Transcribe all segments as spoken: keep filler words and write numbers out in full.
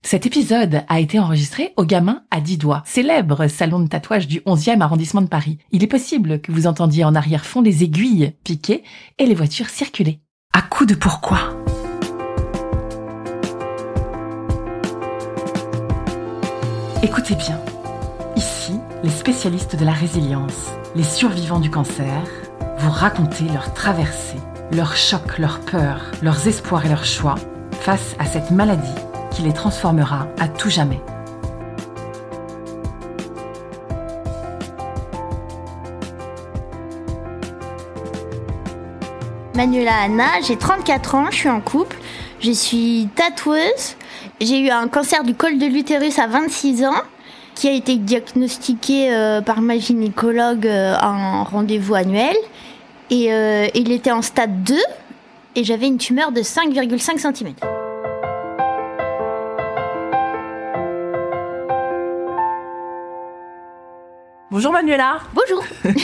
Cet épisode a été enregistré au Gamin à dix doigts, célèbre salon de tatouage du onzième arrondissement de Paris. Il est possible que vous entendiez en arrière-fond les aiguilles piquer et les voitures circuler. À coup de pourquoi ? Écoutez bien. Ici, les spécialistes de la résilience, les survivants du cancer, vous racontez leur traversée, leurs chocs, leurs peurs, leurs espoirs et leurs choix face à cette maladie qui les transformera à tout jamais. Manuela Anna, j'ai trente-quatre ans, je suis en couple, je suis tatoueuse, j'ai eu un cancer du col de l'utérus à vingt-six ans qui a été diagnostiqué euh, par ma gynécologue euh, en rendez-vous annuel et euh, il était en stade deux et j'avais une tumeur de cinq virgule cinq centimètres. Bonjour Manuela. Bonjour.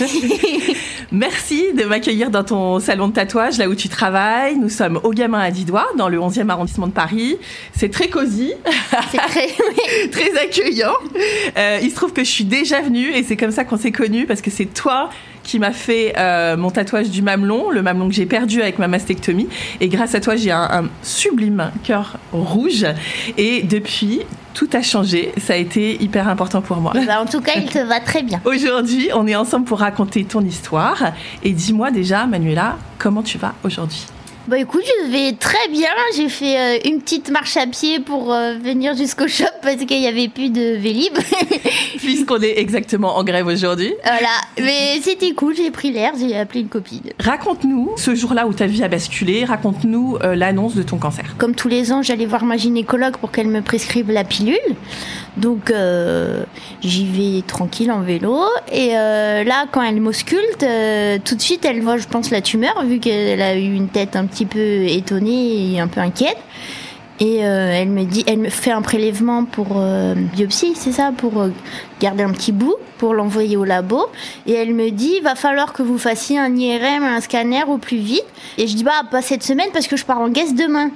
Merci de m'accueillir dans ton salon de tatouage, là où tu travailles. Nous sommes au Gamin à dix doigts, dans le onzième arrondissement de Paris. C'est très cosy. C'est très, oui. Très accueillant. Euh, il se trouve que je suis déjà venue et c'est comme ça qu'on s'est connus, parce que c'est toi qui m'a fait euh, mon tatouage du mamelon, le mamelon que j'ai perdu avec ma mastectomie. Et grâce à toi, j'ai un, un sublime cœur rouge. Et depuis, tout a changé. Ça a été hyper important pour moi. Bah, en tout cas, il te va très bien. Aujourd'hui, on est ensemble pour raconter ton histoire. Et dis-moi déjà, Manuela, comment tu vas aujourd'hui ? Bah écoute, je vais très bien. J'ai fait euh, une petite marche à pied pour euh, venir jusqu'au shop parce qu'il n'y avait plus de Vélib. Puisqu'on est exactement en grève aujourd'hui. Voilà, mais c'était cool, j'ai pris l'air, j'ai appelé une copine. Raconte-nous ce jour-là où ta vie a basculé, raconte-nous euh, l'annonce de ton cancer. Comme tous les ans, j'allais voir ma gynécologue pour qu'elle me prescrive la pilule. Donc euh, j'y vais tranquille en vélo. Et euh, là, quand elle m'ausculte, euh, tout de suite, elle voit, je pense, la tumeur, vu qu'elle a eu une tête un petit peu étonnée et un peu inquiète. Et euh, elle me dit, elle me fait un prélèvement pour euh, biopsie, c'est ça, pour euh, garder un petit bout, pour l'envoyer au labo. Et elle me dit, il va falloir que vous fassiez un I R M, un scanner au plus vite. Et je dis, bah pas cette semaine parce que je pars en guest demain.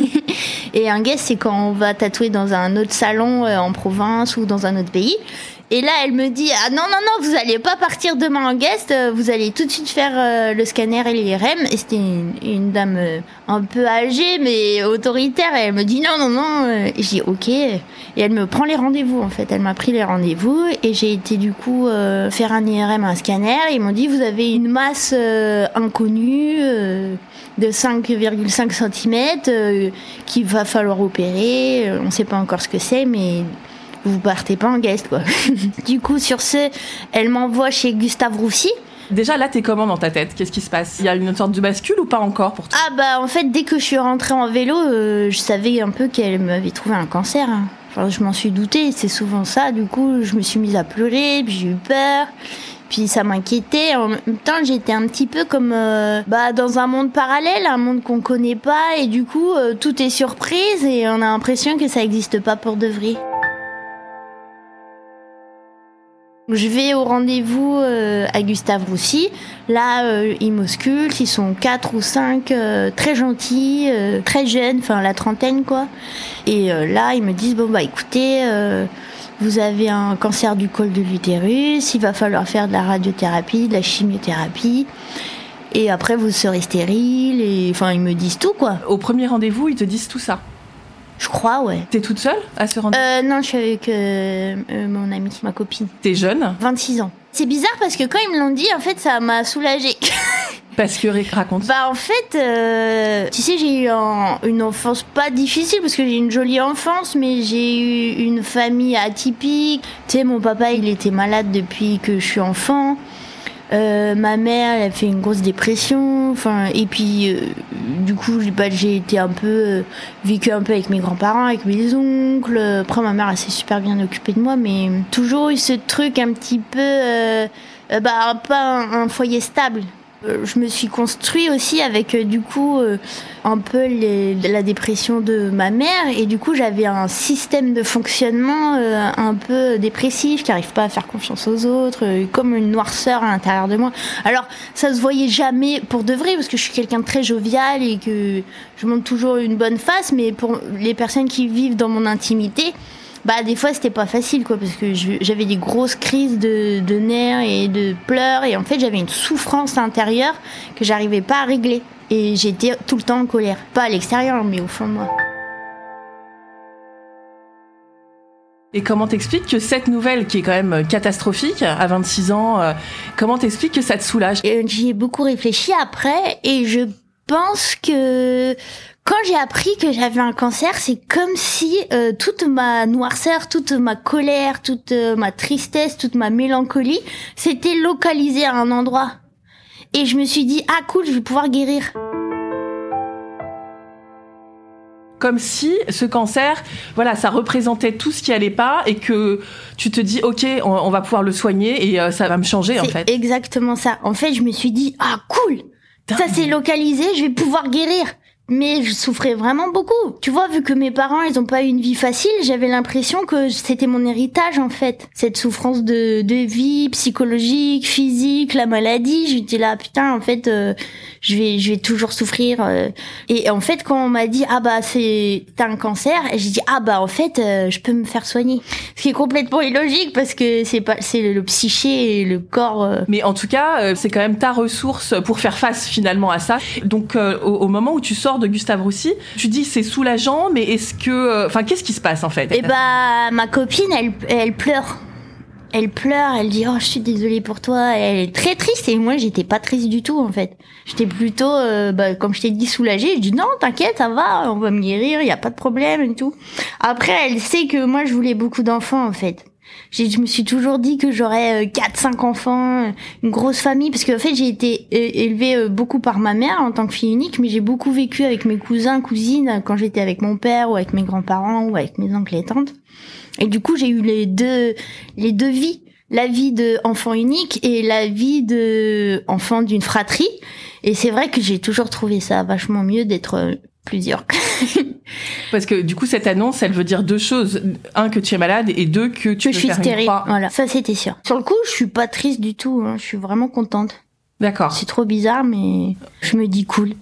Et un guest, c'est quand on va tatouer dans un autre salon euh, en province ou dans un autre pays. Et là, elle me dit, ah non, non, non, vous allez pas partir demain en guest, vous allez tout de suite faire euh, le scanner et l'I R M. Et c'était une, une dame euh, un peu âgée, mais autoritaire. Et elle me dit, non, non, non. Et je dis, ok. Et elle me prend les rendez-vous, en fait. Elle m'a pris les rendez-vous. Et j'ai été, du coup, euh, faire un I R M, un scanner. Et ils m'ont dit, vous avez une masse euh, inconnue euh, de cinq virgule cinq centimètres euh, qu'il va falloir opérer. On sait pas encore ce que c'est, mais vous partez pas en guest, quoi. Du coup, sur ce, elle m'envoie chez Gustave Roussy. Déjà, là, t'es comment dans ta tête ? Qu'est-ce qui se passe ? Il y a une sorte de bascule ou pas encore pour toi ? Ah bah, en fait, dès que je suis rentrée en vélo, euh, je savais un peu qu'elle m'avait trouvé un cancer. Hein. Enfin, je m'en suis doutée, c'est souvent ça. Du coup, je me suis mise à pleurer, puis j'ai eu peur. Puis ça m'inquiétait. En même temps, j'étais un petit peu comme euh, bah, dans un monde parallèle, un monde qu'on connaît pas. Et du coup, euh, tout est surprise et on a l'impression que ça n'existe pas pour de vrai. Je vais au rendez-vous euh, à Gustave Roussy. Là, euh, ils m'auscultent. Ils sont quatre ou cinq, euh, très gentils, euh, très jeunes, enfin la trentaine, quoi. Et euh, là, ils me disent, bon, bah écoutez, euh, vous avez un cancer du col de l'utérus, il va falloir faire de la radiothérapie, de la chimiothérapie. Et après, vous serez stérile. Et enfin, ils me disent tout, quoi. Au premier rendez-vous, ils te disent tout ça ? Je crois, ouais. T'es toute seule à ce rendez-vous ? euh, Non, je suis avec euh, euh, mon amie, ma copine. T'es jeune ? vingt-six ans. C'est bizarre parce que quand ils me l'ont dit, en fait, ça m'a soulagée. Parce que, raconte. Bah, en fait, euh, tu sais, j'ai eu un, une enfance pas difficile parce que j'ai une jolie enfance, mais j'ai eu une famille atypique. Tu sais, mon papa, il était malade depuis que je suis enfant. Euh, ma mère, elle a fait une grosse dépression. Enfin, et puis, euh, du coup, j'ai, bah, j'ai été un peu euh, vécu un peu avec mes grands-parents, avec mes oncles. Après, ma mère, elle s'est super bien occupée de moi, mais toujours eu ce truc un petit peu, euh, euh, bah, pas un, un foyer stable. Euh, je me suis construit aussi avec euh, du coup euh, un peu les, la dépression de ma mère et du coup j'avais un système de fonctionnement euh, un peu dépressif qui n'arrive pas à faire confiance aux autres, euh, comme une noirceur à l'intérieur de moi. Alors ça se voyait jamais pour de vrai parce que je suis quelqu'un de très jovial et que je montre toujours une bonne face, mais pour les personnes qui vivent dans mon intimité, bah des fois c'était pas facile quoi, parce que je, j'avais des grosses crises de, de nerfs et de pleurs et en fait j'avais une souffrance intérieure que j'arrivais pas à régler et j'étais tout le temps en colère, pas à l'extérieur mais au fond de moi. Et comment t'expliques que cette nouvelle qui est quand même catastrophique à vingt-six ans, euh, comment t'expliques que ça te soulage? Et j'y ai beaucoup réfléchi après et je pense que quand j'ai appris que j'avais un cancer, c'est comme si euh, toute ma noirceur, toute ma colère, toute euh, ma tristesse, toute ma mélancolie, s'était localisée à un endroit. Et je me suis dit, ah cool, je vais pouvoir guérir. Comme si ce cancer, voilà, ça représentait tout ce qui allait pas et que tu te dis, ok, on, on va pouvoir le soigner et euh, ça va me changer en fait. C'est exactement ça. En fait, je me suis dit, ah cool, Dingue. Ça s'est localisé, je vais pouvoir guérir. Mais je souffrais vraiment beaucoup. Tu vois, vu que mes parents, ils ont pas eu une vie facile, j'avais l'impression que c'était mon héritage, en fait. Cette souffrance de, de vie, psychologique, physique, la maladie. J'étais là, putain, en fait, euh, je vais, je vais toujours souffrir. Euh. Et en fait, quand on m'a dit, ah bah, c'est, t'as un cancer, j'ai dit, ah bah, en fait, euh, je peux me faire soigner. Ce qui est complètement illogique parce que c'est pas, c'est le, le psyché et le corps. Euh. Mais en tout cas, euh, c'est quand même ta ressource pour faire face finalement à ça. Donc, euh, au, au moment où tu sors de Gustave Roussy, tu dis c'est soulageant, mais est-ce que, enfin, euh, qu'est-ce qui se passe en fait? Eh bah, ma copine, elle, elle pleure. Elle pleure, elle dit oh je suis désolée pour toi. Elle est très triste et moi j'étais pas triste du tout en fait. J'étais plutôt, euh, bah, comme je t'ai dit, soulagée. Je dis non t'inquiète, ça va, on va me guérir, y a pas de problème et tout. Après elle sait que moi je voulais beaucoup d'enfants en fait. J'ai, je me suis toujours dit que j'aurais quatre cinq enfants, une grosse famille, parce qu'en fait j'ai été élevée beaucoup par ma mère en tant que fille unique, mais j'ai beaucoup vécu avec mes cousins, cousines, quand j'étais avec mon père ou avec mes grands-parents ou avec mes oncles et tantes. Et du coup j'ai eu les deux, les deux vies, la vie d'enfant unique et la vie d'enfant d'une fratrie. Et c'est vrai que j'ai toujours trouvé ça vachement mieux d'être plusieurs. Parce que du coup cette annonce elle veut dire deux choses, un que tu es malade et deux que tu que veux je suis faire stérile. Une croix. Voilà, ça c'était sûr. Sur le coup je suis pas triste du tout, hein. Je suis vraiment contente. D'accord. C'est trop bizarre mais je me dis cool.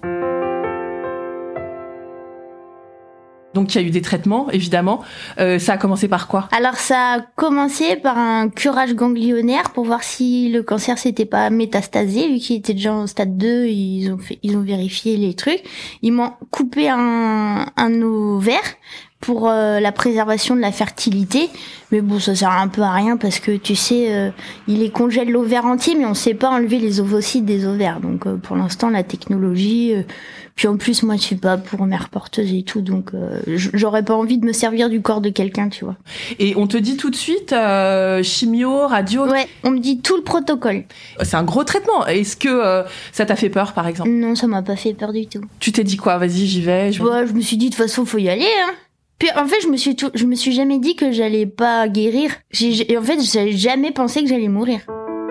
Donc il y a eu des traitements, évidemment. Euh, ça a commencé par quoi? Alors ça a commencé par un curage ganglionnaire pour voir si le cancer s'était pas métastasé, vu qu'il était déjà en stade deux, ils ont fait, ils ont vérifié les trucs. Ils m'ont coupé un, un ovaire pour euh, la préservation de la fertilité. Mais bon, ça sert un peu à rien parce que tu sais, euh, il les congèle l'ovaire entier, mais on sait pas enlever les ovocytes des ovaires. Donc euh, pour l'instant, la technologie... Euh, puis en plus, moi, je suis pas pour mère porteuse et tout, donc euh, j'aurais pas envie de me servir du corps de quelqu'un, tu vois. Et on te dit tout de suite euh, chimio, radio. Ouais, on me dit tout le protocole. C'est un gros traitement. Est-ce que euh, ça t'a fait peur, par exemple? Non, ça m'a pas fait peur du tout. Tu t'es dit quoi? Vas-y, j'y vais. Je... Ouais, je me suis dit de toute façon, faut y aller. Hein. Puis en fait, je me suis tout, je me suis jamais dit que j'allais pas guérir. J'ai, en fait, j'avais jamais pensé que j'allais mourir.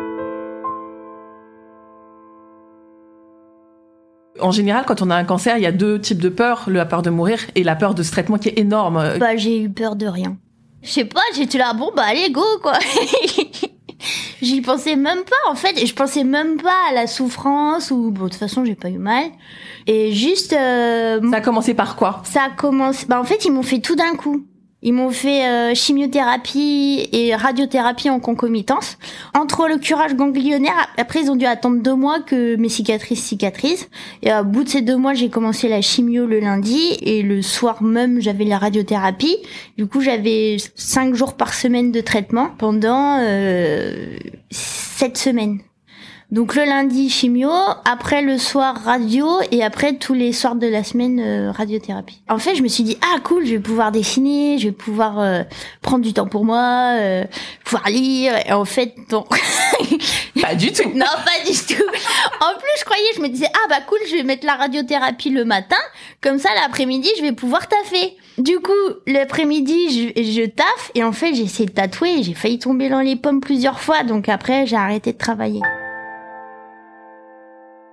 En général, quand on a un cancer, il y a deux types de peur, la peur de mourir et la peur de ce traitement qui est énorme. Bah, j'ai eu peur de rien. Je sais pas, j'étais là, bon, bah, allez, go, quoi. J'y pensais même pas, en fait. Je pensais même pas à la souffrance ou, bon, de toute façon, j'ai pas eu mal. Et juste, euh... Ça a commencé par quoi? Ça a commencé, bah, en fait, ils m'ont fait tout d'un coup. Ils m'ont fait euh, chimiothérapie et radiothérapie en concomitance. Entre le curage ganglionnaire, après ils ont dû attendre deux mois que mes cicatrices cicatrisent. Et au bout de ces deux mois, j'ai commencé la chimio le lundi et le soir même, j'avais la radiothérapie. Du coup, j'avais cinq jours par semaine de traitement pendant euh, sept semaines. Donc le lundi chimio, après le soir radio et après tous les soirs de la semaine euh, radiothérapie. En fait, je me suis dit ah cool, je vais pouvoir dessiner, je vais pouvoir euh, prendre du temps pour moi, euh, pouvoir lire. Et en fait, non. Pas du tout. Non, pas du tout. En plus, je croyais, je me disais ah bah cool, je vais mettre la radiothérapie le matin, comme ça l'après-midi, je vais pouvoir taffer. Du coup, l'après-midi, je, je taffe et en fait, j'ai essayé de tatouer, j'ai failli tomber dans les pommes plusieurs fois, donc après, j'ai arrêté de travailler.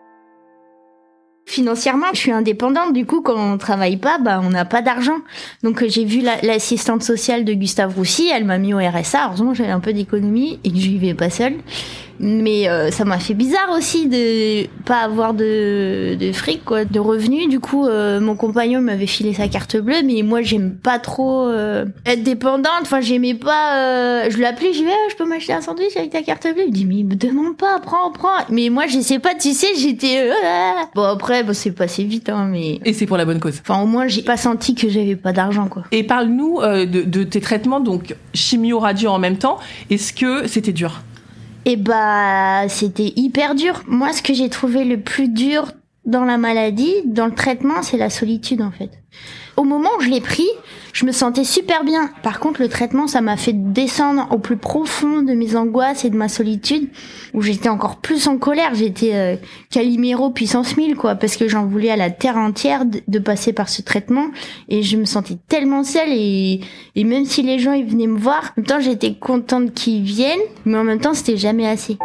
Financièrement, je suis indépendante, du coup, quand on travaille pas, bah, on n'a pas d'argent. Donc, euh, j'ai vu la, l'assistante sociale de Gustave Roussy, elle m'a mis au R S A. Heureusement, j'avais un peu d'économie et que je vivais pas seule. Mais euh, ça m'a fait bizarre aussi de pas avoir de, de fric, quoi, de revenus. Du coup, euh, mon compagnon m'avait filé sa carte bleue, mais moi, j'aime pas trop euh, être dépendante. Enfin, j'aimais pas... Euh, je l'appelais, je lui disais, ah, je peux m'acheter un sandwich avec ta carte bleue. Il me dit, mais me demande pas, prends, prends. Mais moi, je sais pas, tu sais, j'étais... Euh, bon, après, bon, c'est passé vite, hein, mais... Et c'est pour la bonne cause. Enfin, au moins, j'ai pas senti que j'avais pas d'argent, quoi. Et parle-nous euh, de, de tes traitements, donc chimio, radio en même temps. Est-ce que c'était dur ? Et bah, c'était hyper dur. Moi, ce que j'ai trouvé le plus dur dans la maladie, dans le traitement, c'est la solitude, en fait. Au moment où je l'ai pris, je me sentais super bien. Par contre, le traitement, ça m'a fait descendre au plus profond de mes angoisses et de ma solitude, où j'étais encore plus en colère. J'étais euh, Calimero puissance mille, quoi, parce que j'en voulais à la terre entière de, de passer par ce traitement, et je me sentais tellement seule, et, et même si les gens, ils venaient me voir, en même temps, j'étais contente qu'ils viennent, mais en même temps, c'était jamais assez.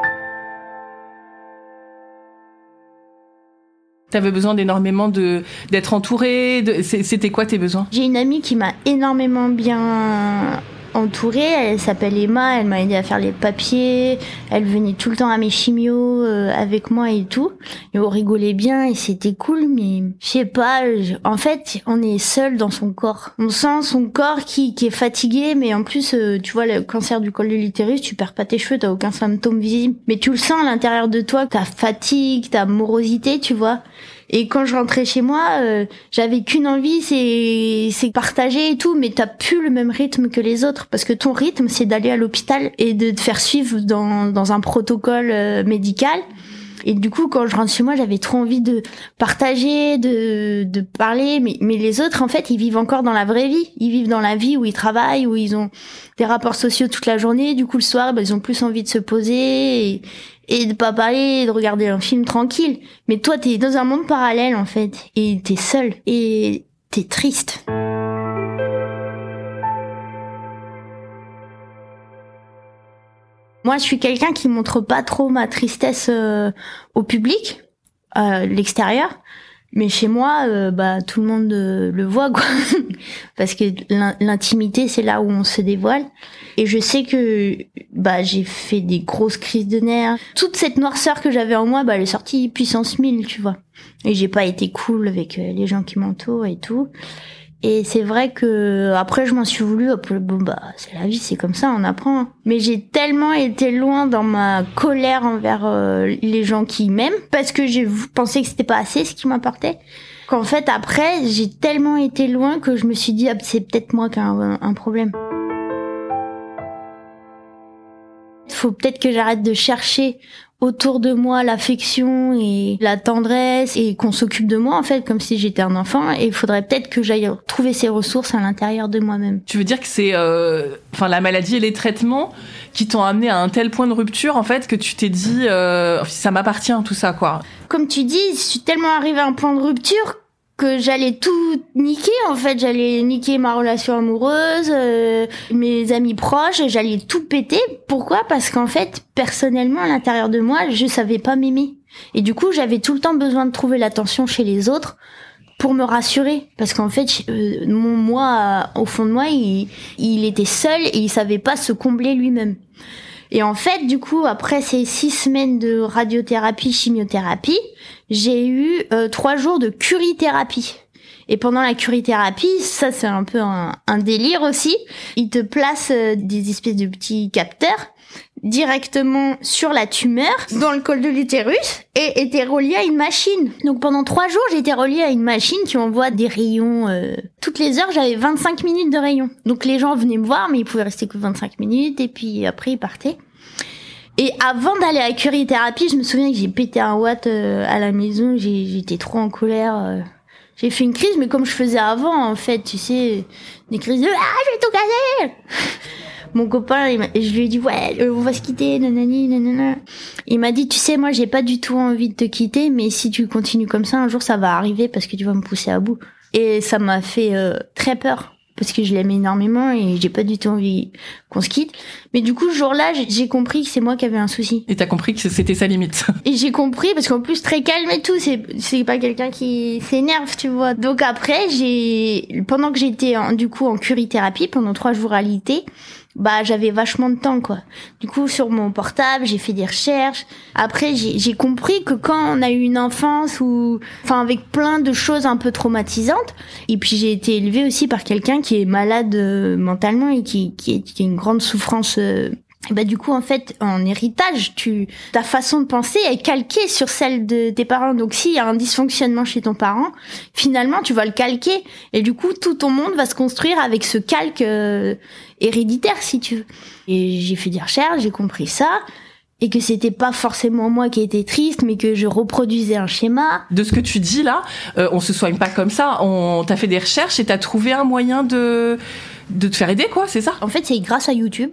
T'avais besoin d'énormément de d'être entourée. De, c'était quoi tes besoins ? J'ai une amie qui m'a énormément bien entourée. Elle s'appelle Emma. Elle m'a aidé à faire les papiers. Elle venait tout le temps à mes chimios euh, avec moi et tout. Et on rigolait bien et c'était cool. Mais je sais pas. Je, en fait, on est seul dans son corps. On sent son corps qui qui est fatigué. Mais en plus, euh, tu vois, le cancer du col de l'utérus, tu perds pas tes cheveux, t'as aucun symptôme visible. Mais tu le sens à l'intérieur de toi, ta fatigue, ta morosité, tu vois. Et quand je rentrais chez moi, euh, j'avais qu'une envie, c'est c'est partager et tout, mais t'as plus le même rythme que les autres, parce que ton rythme, c'est d'aller à l'hôpital et de te faire suivre dans dans un protocole euh, médical. Et du coup, quand je rentre chez moi, j'avais trop envie de partager, de de parler, mais mais les autres, en fait, ils vivent encore dans la vraie vie. Ils vivent dans la vie où ils travaillent, où ils ont des rapports sociaux toute la journée. Du coup, le soir, bah, ils ont plus envie de se poser et et de pas parler, de regarder un film tranquille. Mais toi, t'es dans un monde parallèle, en fait, et t'es seul, et t'es triste. Moi, je suis quelqu'un qui montre pas trop ma tristesse euh, au public, euh, l'extérieur. Mais chez moi, euh, bah tout le monde euh, le voit, quoi. Parce que l'intimité, c'est là où on se dévoile. Et je sais que bah j'ai fait des grosses crises de nerfs. Toute cette noirceur que j'avais en moi, bah elle est sortie puissance mille, tu vois. Et j'ai pas été cool avec euh, les gens qui m'entourent et tout. Et c'est vrai que après je m'en suis voulu, hop, bon bah c'est la vie, c'est comme ça, on apprend. Mais j'ai tellement été loin dans ma colère envers euh, les gens qui m'aiment, parce que j'ai pensé que c'était pas assez ce qui m'apportait, qu'en fait après j'ai tellement été loin que je me suis dit ah, c'est peut-être moi qui ai un, un problème. Il faut peut-être que j'arrête de chercher autour de moi l'affection et la tendresse et qu'on s'occupe de moi en fait comme si j'étais un enfant, et il faudrait peut-être que j'aille trouver ces ressources à l'intérieur de moi-même. Tu veux dire que c'est euh, enfin la maladie et les traitements qui t'ont amené à un tel point de rupture en fait que tu t'es dit euh, ça m'appartient tout ça, quoi. Comme tu dis, je suis tellement arrivée à un point de rupture que j'allais tout niquer, en fait. J'allais niquer ma relation amoureuse, euh, mes amis proches, j'allais tout péter. Pourquoi ? Parce qu'en fait, personnellement, à l'intérieur de moi, je savais pas m'aimer. Et du coup, j'avais tout le temps besoin de trouver l'attention chez les autres pour me rassurer. Parce qu'en fait, euh, mon moi, au fond de moi, il, il était seul et il savait pas se combler lui-même. Et en fait, du coup, après ces six semaines de radiothérapie, chimiothérapie, j'ai eu euh, trois jours de curithérapie. Et pendant la curithérapie, ça c'est un peu un, un délire aussi, ils te placent euh, des espèces de petits capteurs directement sur la tumeur, dans le col de l'utérus, et était relié à une machine. Donc pendant trois jours, j'étais reliée à une machine qui envoie des rayons. Euh... Toutes les heures, j'avais vingt-cinq minutes de rayons. Donc les gens venaient me voir, mais ils pouvaient rester que vingt-cinq minutes, et puis après ils partaient. Et avant d'aller à la curithérapie, je me souviens que j'ai pété un watt euh, à la maison, j'ai, j'étais trop en colère. Euh... J'ai fait une crise, mais comme je faisais avant, en fait, tu sais, des crises de « Ah, je vais tout casser !» Mon copain, il m'a, je lui ai dit « Ouais, on va se quitter, nanani, nanana. » Il m'a dit « Tu sais, moi, j'ai pas du tout envie de te quitter, mais si tu continues comme ça, un jour, ça va arriver parce que tu vas me pousser à bout. » Et ça m'a fait euh, très peur. parce que je l'aime énormément et j'ai pas du tout envie qu'on se quitte. Mais du coup, ce jour-là, j'ai compris que c'est moi qui avais un souci. Et t'as compris que c'était sa limite. Et j'ai compris, parce qu'en plus, très calme et tout, c'est, c'est pas quelqu'un qui s'énerve, tu vois. Donc après, j'ai, pendant que j'étais en, du coup en curithérapie, pendant trois jours à l'I T, bah j'avais vachement de temps, quoi. Du coup, sur mon portable, j'ai fait des recherches. Après, j'ai, j'ai compris que quand on a eu une enfance où, enfin, avec plein de choses un peu traumatisantes, et puis j'ai été élevée aussi par quelqu'un qui est malade euh, mentalement et qui, qui, est, qui a une grande souffrance. Euh, et bah du coup, en fait, en héritage, tu, ta façon de penser est calquée sur celle de tes parents. Donc s'il y a un dysfonctionnement chez ton parent, finalement, tu vas le calquer. Et du coup, tout ton monde va se construire avec ce calque euh, héréditaire, si tu veux. Et j'ai fait des recherches, j'ai compris ça. Et que c'était pas forcément moi qui étais triste, mais que je reproduisais un schéma. De ce que tu dis là, euh, on se soigne pas comme ça. On t'a fait des recherches et t'as trouvé un moyen de de te faire aider, quoi, c'est ça? En fait, c'est grâce à YouTube.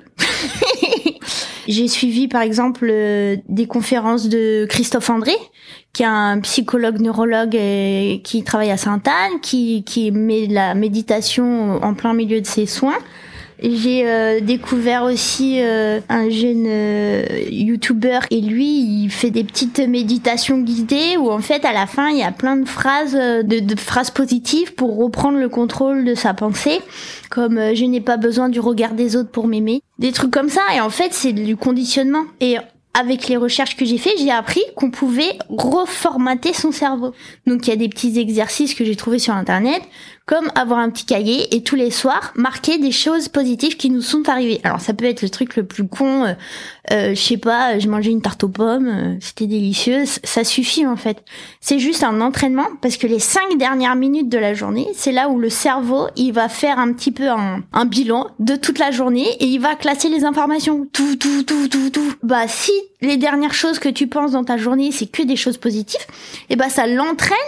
J'ai suivi, par exemple, euh, des conférences de Christophe André, qui est un psychologue neurologue et qui travaille à Sainte-Anne, qui qui met la méditation en plein milieu de ses soins. J'ai euh, découvert aussi euh, un jeune euh, YouTuber et lui, il fait des petites méditations guidées où en fait à la fin il y a plein de phrases, de, de phrases positives pour reprendre le contrôle de sa pensée, comme euh, je n'ai pas besoin du regard des autres pour m'aimer, des trucs comme ça. Et en fait c'est du conditionnement. Et avec les recherches que j'ai fait, j'ai appris qu'on pouvait reformater son cerveau. Donc il y a des petits exercices que j'ai trouvés sur internet, comme avoir un petit cahier et tous les soirs marquer des choses positives qui nous sont arrivées. Alors ça peut être le truc le plus con, euh, euh, je sais pas, j'ai mangé une tarte aux pommes, euh, c'était délicieux, ça suffit en fait. C'est juste un entraînement parce que les cinq dernières minutes de la journée, c'est là où le cerveau il va faire un petit peu un, un bilan de toute la journée et il va classer les informations. Tout, tout, tout, tout, tout. Bah si les dernières choses que tu penses dans ta journée c'est que des choses positives, et bah ça l'entraîne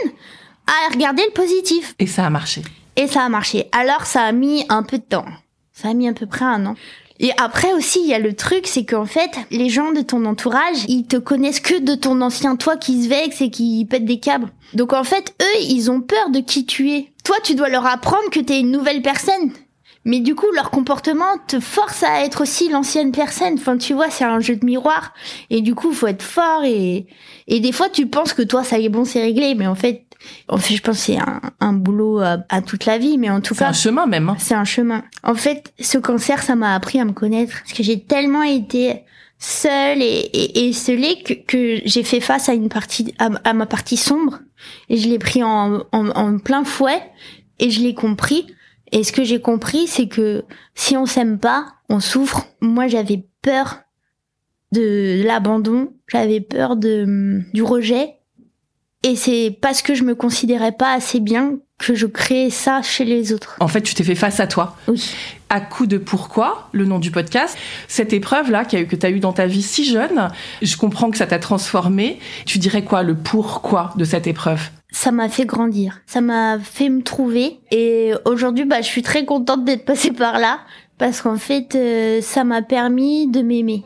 à regarder le positif. Et ça a marché. Et ça a marché. Alors, ça a mis un peu de temps. Ça a mis à peu près un an. Et après aussi, il y a le truc, c'est qu'en fait, les gens de ton entourage, ils te connaissent que de ton ancien toi qui se vexe et qui pète des câbles. Donc en fait, eux, ils ont peur de qui tu es. Toi, tu dois leur apprendre que t'es une nouvelle personne. Mais du coup, leur comportement te force à être aussi l'ancienne personne. Enfin, tu vois, c'est un jeu de miroir. Et du coup, faut être fort et, et des fois, tu penses que toi, ça y est bon, c'est réglé. Mais en fait, en fait, je pense que c'est un, un boulot à, à toute la vie. Mais en tout c'est cas. C'est un chemin même. Hein. C'est un chemin. En fait, ce cancer, ça m'a appris à me connaître. Parce que j'ai tellement été seule et, et, et scellée que, que j'ai fait face à une partie, à, à ma partie sombre. Et je l'ai pris en, en, en plein fouet. Et je l'ai compris. Et ce que j'ai compris, c'est que si on s'aime pas, on souffre. Moi, j'avais peur de l'abandon, j'avais peur de du rejet. Et c'est parce que je me considérais pas assez bien que je créais ça chez les autres. En fait, tu t'es fait face à toi. Oui. À coup de pourquoi, le nom du podcast, cette épreuve-là que tu as eue dans ta vie si jeune, je comprends que ça t'a transformée. Tu dirais quoi, le pourquoi de cette épreuve ? Ça m'a fait grandir, ça m'a fait me trouver. Et aujourd'hui, bah, je suis très contente d'être passée par là, parce qu'en fait, euh, ça m'a permis de m'aimer.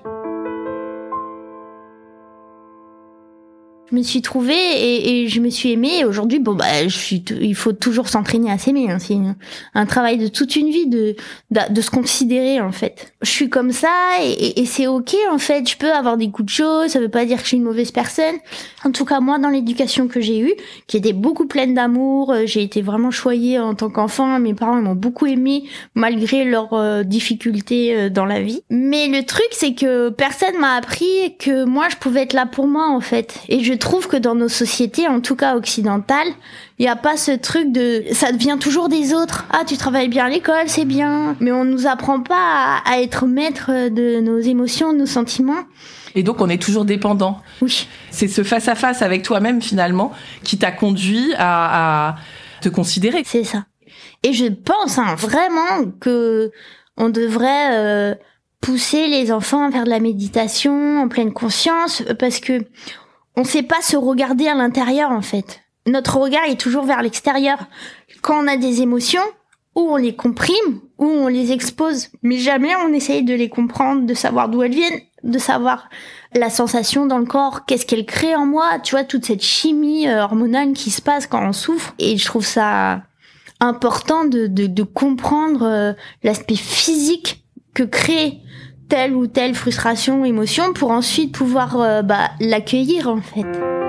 Je me suis trouvée et, et je me suis aimée. Et aujourd'hui, bon bah, je suis. T- il faut toujours s'entraîner à s'aimer. Hein. C'est un, un travail de toute une vie de, de de se considérer en fait. Je suis comme ça et, et, et c'est ok en fait. Je peux avoir des coups de chaud. Ça veut pas dire que je suis une mauvaise personne. En tout cas, moi, dans l'éducation que j'ai eue, qui était beaucoup pleine d'amour, j'ai été vraiment choyée en tant qu'enfant. Mes parents ils m'ont beaucoup aimée malgré leurs euh, difficultés euh, dans la vie. Mais le truc, c'est que personne m'a appris que moi, je pouvais être là pour moi en fait. Et je Je trouve que dans nos sociétés, en tout cas occidentales, il y a pas ce truc de ça devient toujours des autres. Ah, tu travailles bien à l'école, c'est bien. Mais on nous apprend pas à, à être maître de nos émotions, de nos sentiments. Et donc, on est toujours dépendant. Oui. C'est ce face-à-face avec toi-même, finalement, qui t'a conduit à, à te considérer. C'est ça. Et je pense hein, vraiment que on devrait euh, pousser les enfants à faire de la méditation en pleine conscience, parce que on sait pas se regarder à l'intérieur, en fait. Notre regard est toujours vers l'extérieur. Quand on a des émotions, ou on les comprime, ou on les expose. Mais jamais on essaye de les comprendre, de savoir d'où elles viennent, de savoir la sensation dans le corps, qu'est-ce qu'elle crée en moi. Tu vois, toute cette chimie hormonale qui se passe quand on souffre. Et je trouve ça important de, de, de comprendre euh, l'aspect physique que crée telle ou telle frustration, émotion, pour ensuite pouvoir euh, bah, l'accueillir en fait.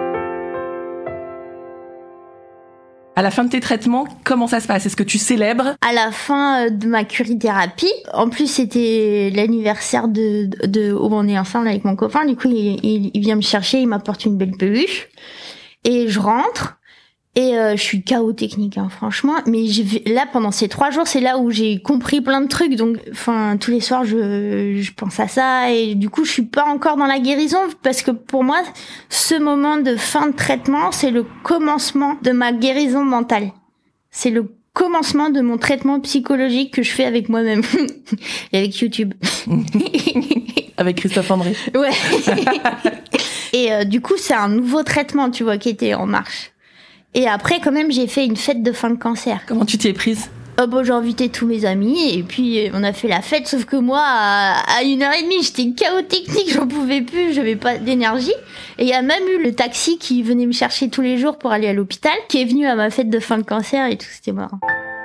À la fin de tes traitements, comment ça se passe ? Est-ce que tu célèbres ? À la fin de ma curithérapie, en plus c'était l'anniversaire de, de, de où on est ensemble avec mon copain, du coup il, il, il vient me chercher, il m'apporte une belle peluche, et je rentre, et euh, je suis K O technique, hein, franchement, mais j'ai, là pendant ces trois jours, c'est là où j'ai compris plein de trucs, donc enfin tous les soirs je, je pense à ça, et du coup je suis pas encore dans la guérison, parce que pour moi, ce moment de fin de traitement, c'est le commencement de ma guérison mentale. C'est le commencement de mon traitement psychologique que je fais avec moi-même et avec YouTube. Avec Christophe André. Ouais. Et euh, du coup, c'est un nouveau traitement, tu vois, qui était en marche. Et après, quand même, j'ai fait une fête de fin de cancer. Comment tu t'y es prise ? Oh bon, j'ai invité tous mes amis et puis on a fait la fête, sauf que moi, à, à une heure et demie, j'étais K O technique, j'en pouvais plus, j'avais pas d'énergie. Et il y a même eu le taxi qui venait me chercher tous les jours pour aller à l'hôpital, qui est venu à ma fête de fin de cancer et tout, c'était marrant.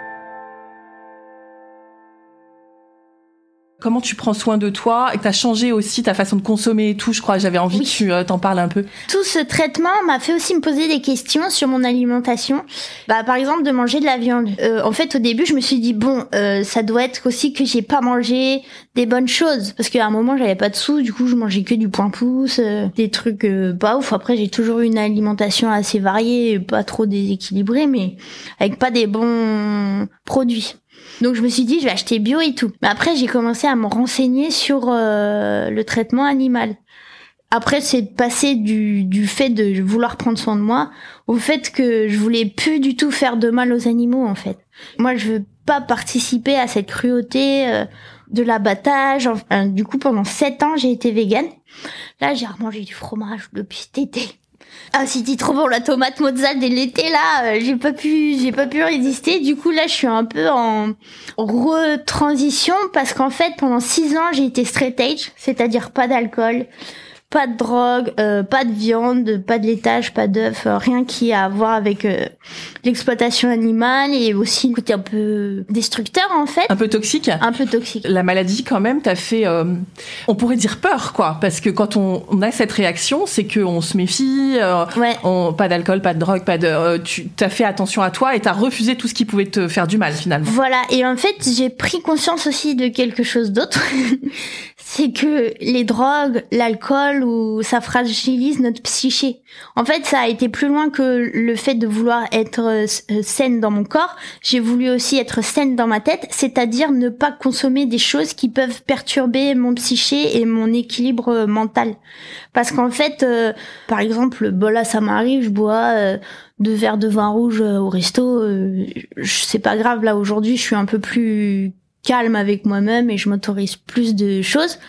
Comment tu prends soin de toi et que t'as changé aussi ta façon de consommer et tout, je crois, j'avais envie oui. que tu euh, t'en parles un peu. Tout ce traitement m'a fait aussi me poser des questions sur mon alimentation. Bah, par exemple, de manger de la viande. Euh, en fait, au début, je me suis dit, bon, euh, ça doit être aussi que j'ai pas mangé des bonnes choses. Parce qu'à un moment, j'avais pas de sous, du coup, je mangeais que du point pouce, euh, des trucs euh, pas ouf. Après, j'ai toujours eu une alimentation assez variée, pas trop déséquilibrée, mais avec pas des bons produits. Donc je me suis dit je vais acheter bio et tout. Mais après j'ai commencé à me renseigner sur euh, le traitement animal. Après c'est passé du du fait de vouloir prendre soin de moi au fait que je voulais plus du tout faire de mal aux animaux en fait. Moi je veux pas participer à cette cruauté euh, de l'abattage. Enfin, du coup pendant sept ans j'ai été végane. Là j'ai remangé du fromage depuis cet été. Ah, c'était trop bon, la tomate mozza dès l'été, là, euh, j'ai pas pu, j'ai pas pu résister. Du coup, là, je suis un peu en retransition parce qu'en fait, pendant six ans, j'ai été straight edge, c'est-à-dire pas d'alcool, pas de drogue, euh, pas de viande, pas de laitage, pas d'œufs, euh, rien qui a à voir avec euh, l'exploitation animale et aussi le côté un peu destructeur en fait. Un peu toxique. Un peu toxique. La maladie quand même t'a fait, euh, on pourrait dire peur quoi, parce que quand on, on a cette réaction, c'est qu'on se méfie. Euh, ouais. On, pas d'alcool, pas de drogue, pas de. Euh, tu t'as fait attention à toi et t'as refusé tout ce qui pouvait te faire du mal finalement. Voilà. Et en fait, j'ai pris conscience aussi de quelque chose d'autre. C'est que les drogues, l'alcool, ou ça fragilise notre psyché. En fait, ça a été plus loin que le fait de vouloir être saine dans mon corps. J'ai voulu aussi être saine dans ma tête, c'est-à-dire ne pas consommer des choses qui peuvent perturber mon psyché et mon équilibre mental. Parce qu'en fait, euh, par exemple, bon là, ça m'arrive, je bois euh, deux verres de vin rouge euh, au resto. Euh, c'est pas grave, là, aujourd'hui, je suis un peu plus calme avec moi-même et je m'autorise plus de choses.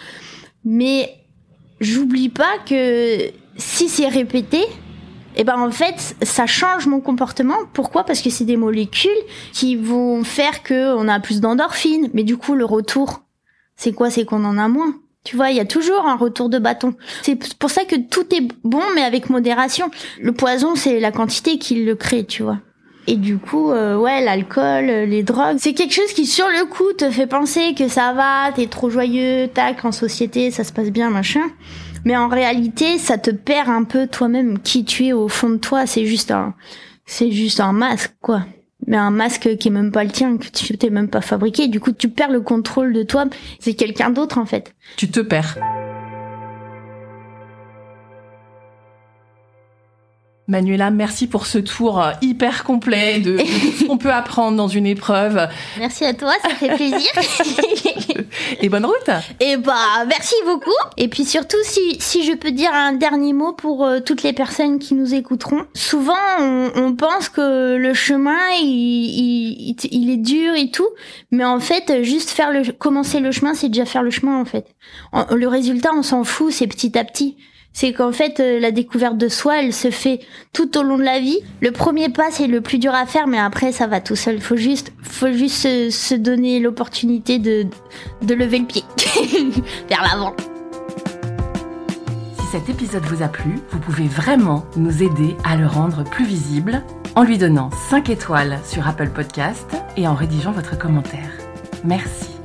Mais j'oublie pas que si c'est répété, et ben en fait, ça change mon comportement. Pourquoi ? Parce que c'est des molécules qui vont faire que on a plus d'endorphines. Mais du coup, le retour, c'est quoi ? C'est qu'on en a moins. Tu vois, il y a toujours un retour de bâton. C'est pour ça que tout est bon, mais avec modération. Le poison, c'est la quantité qui le crée, tu vois. Et du coup, euh, ouais, l'alcool, les drogues, c'est quelque chose qui, sur le coup, te fait penser que ça va, t'es trop joyeux, tac, en société, ça se passe bien, machin. Mais en réalité, ça te perd un peu toi-même qui tu es au fond de toi. C'est juste un, c'est juste un masque, quoi. Mais un masque qui est même pas le tien, que tu t'es même pas fabriqué. Du coup, tu perds le contrôle de toi. C'est quelqu'un d'autre, en fait. Tu te perds. Manuela, merci pour ce tour hyper complet de, de ce qu'on peut apprendre dans une épreuve. Merci à toi, ça fait plaisir. Et bonne route. Et bah, merci beaucoup. Et puis surtout, si, si je peux dire un dernier mot pour euh, toutes les personnes qui nous écouteront. Souvent, on, on pense que le chemin, il, il, il, il est dur et tout. Mais en fait, juste faire le, commencer le chemin, c'est déjà faire le chemin, en fait. En, le résultat, on s'en fout, c'est petit à petit. C'est qu'en fait, euh, la découverte de soi, elle se fait tout au long de la vie. Le premier pas, c'est le plus dur à faire, mais après, ça va tout seul. Faut juste, faut juste se, se donner l'opportunité de, de lever le pied vers l'avant. Si cet épisode vous a plu, vous pouvez vraiment nous aider à le rendre plus visible en lui donnant cinq étoiles sur Apple Podcast et en rédigeant votre commentaire. Merci.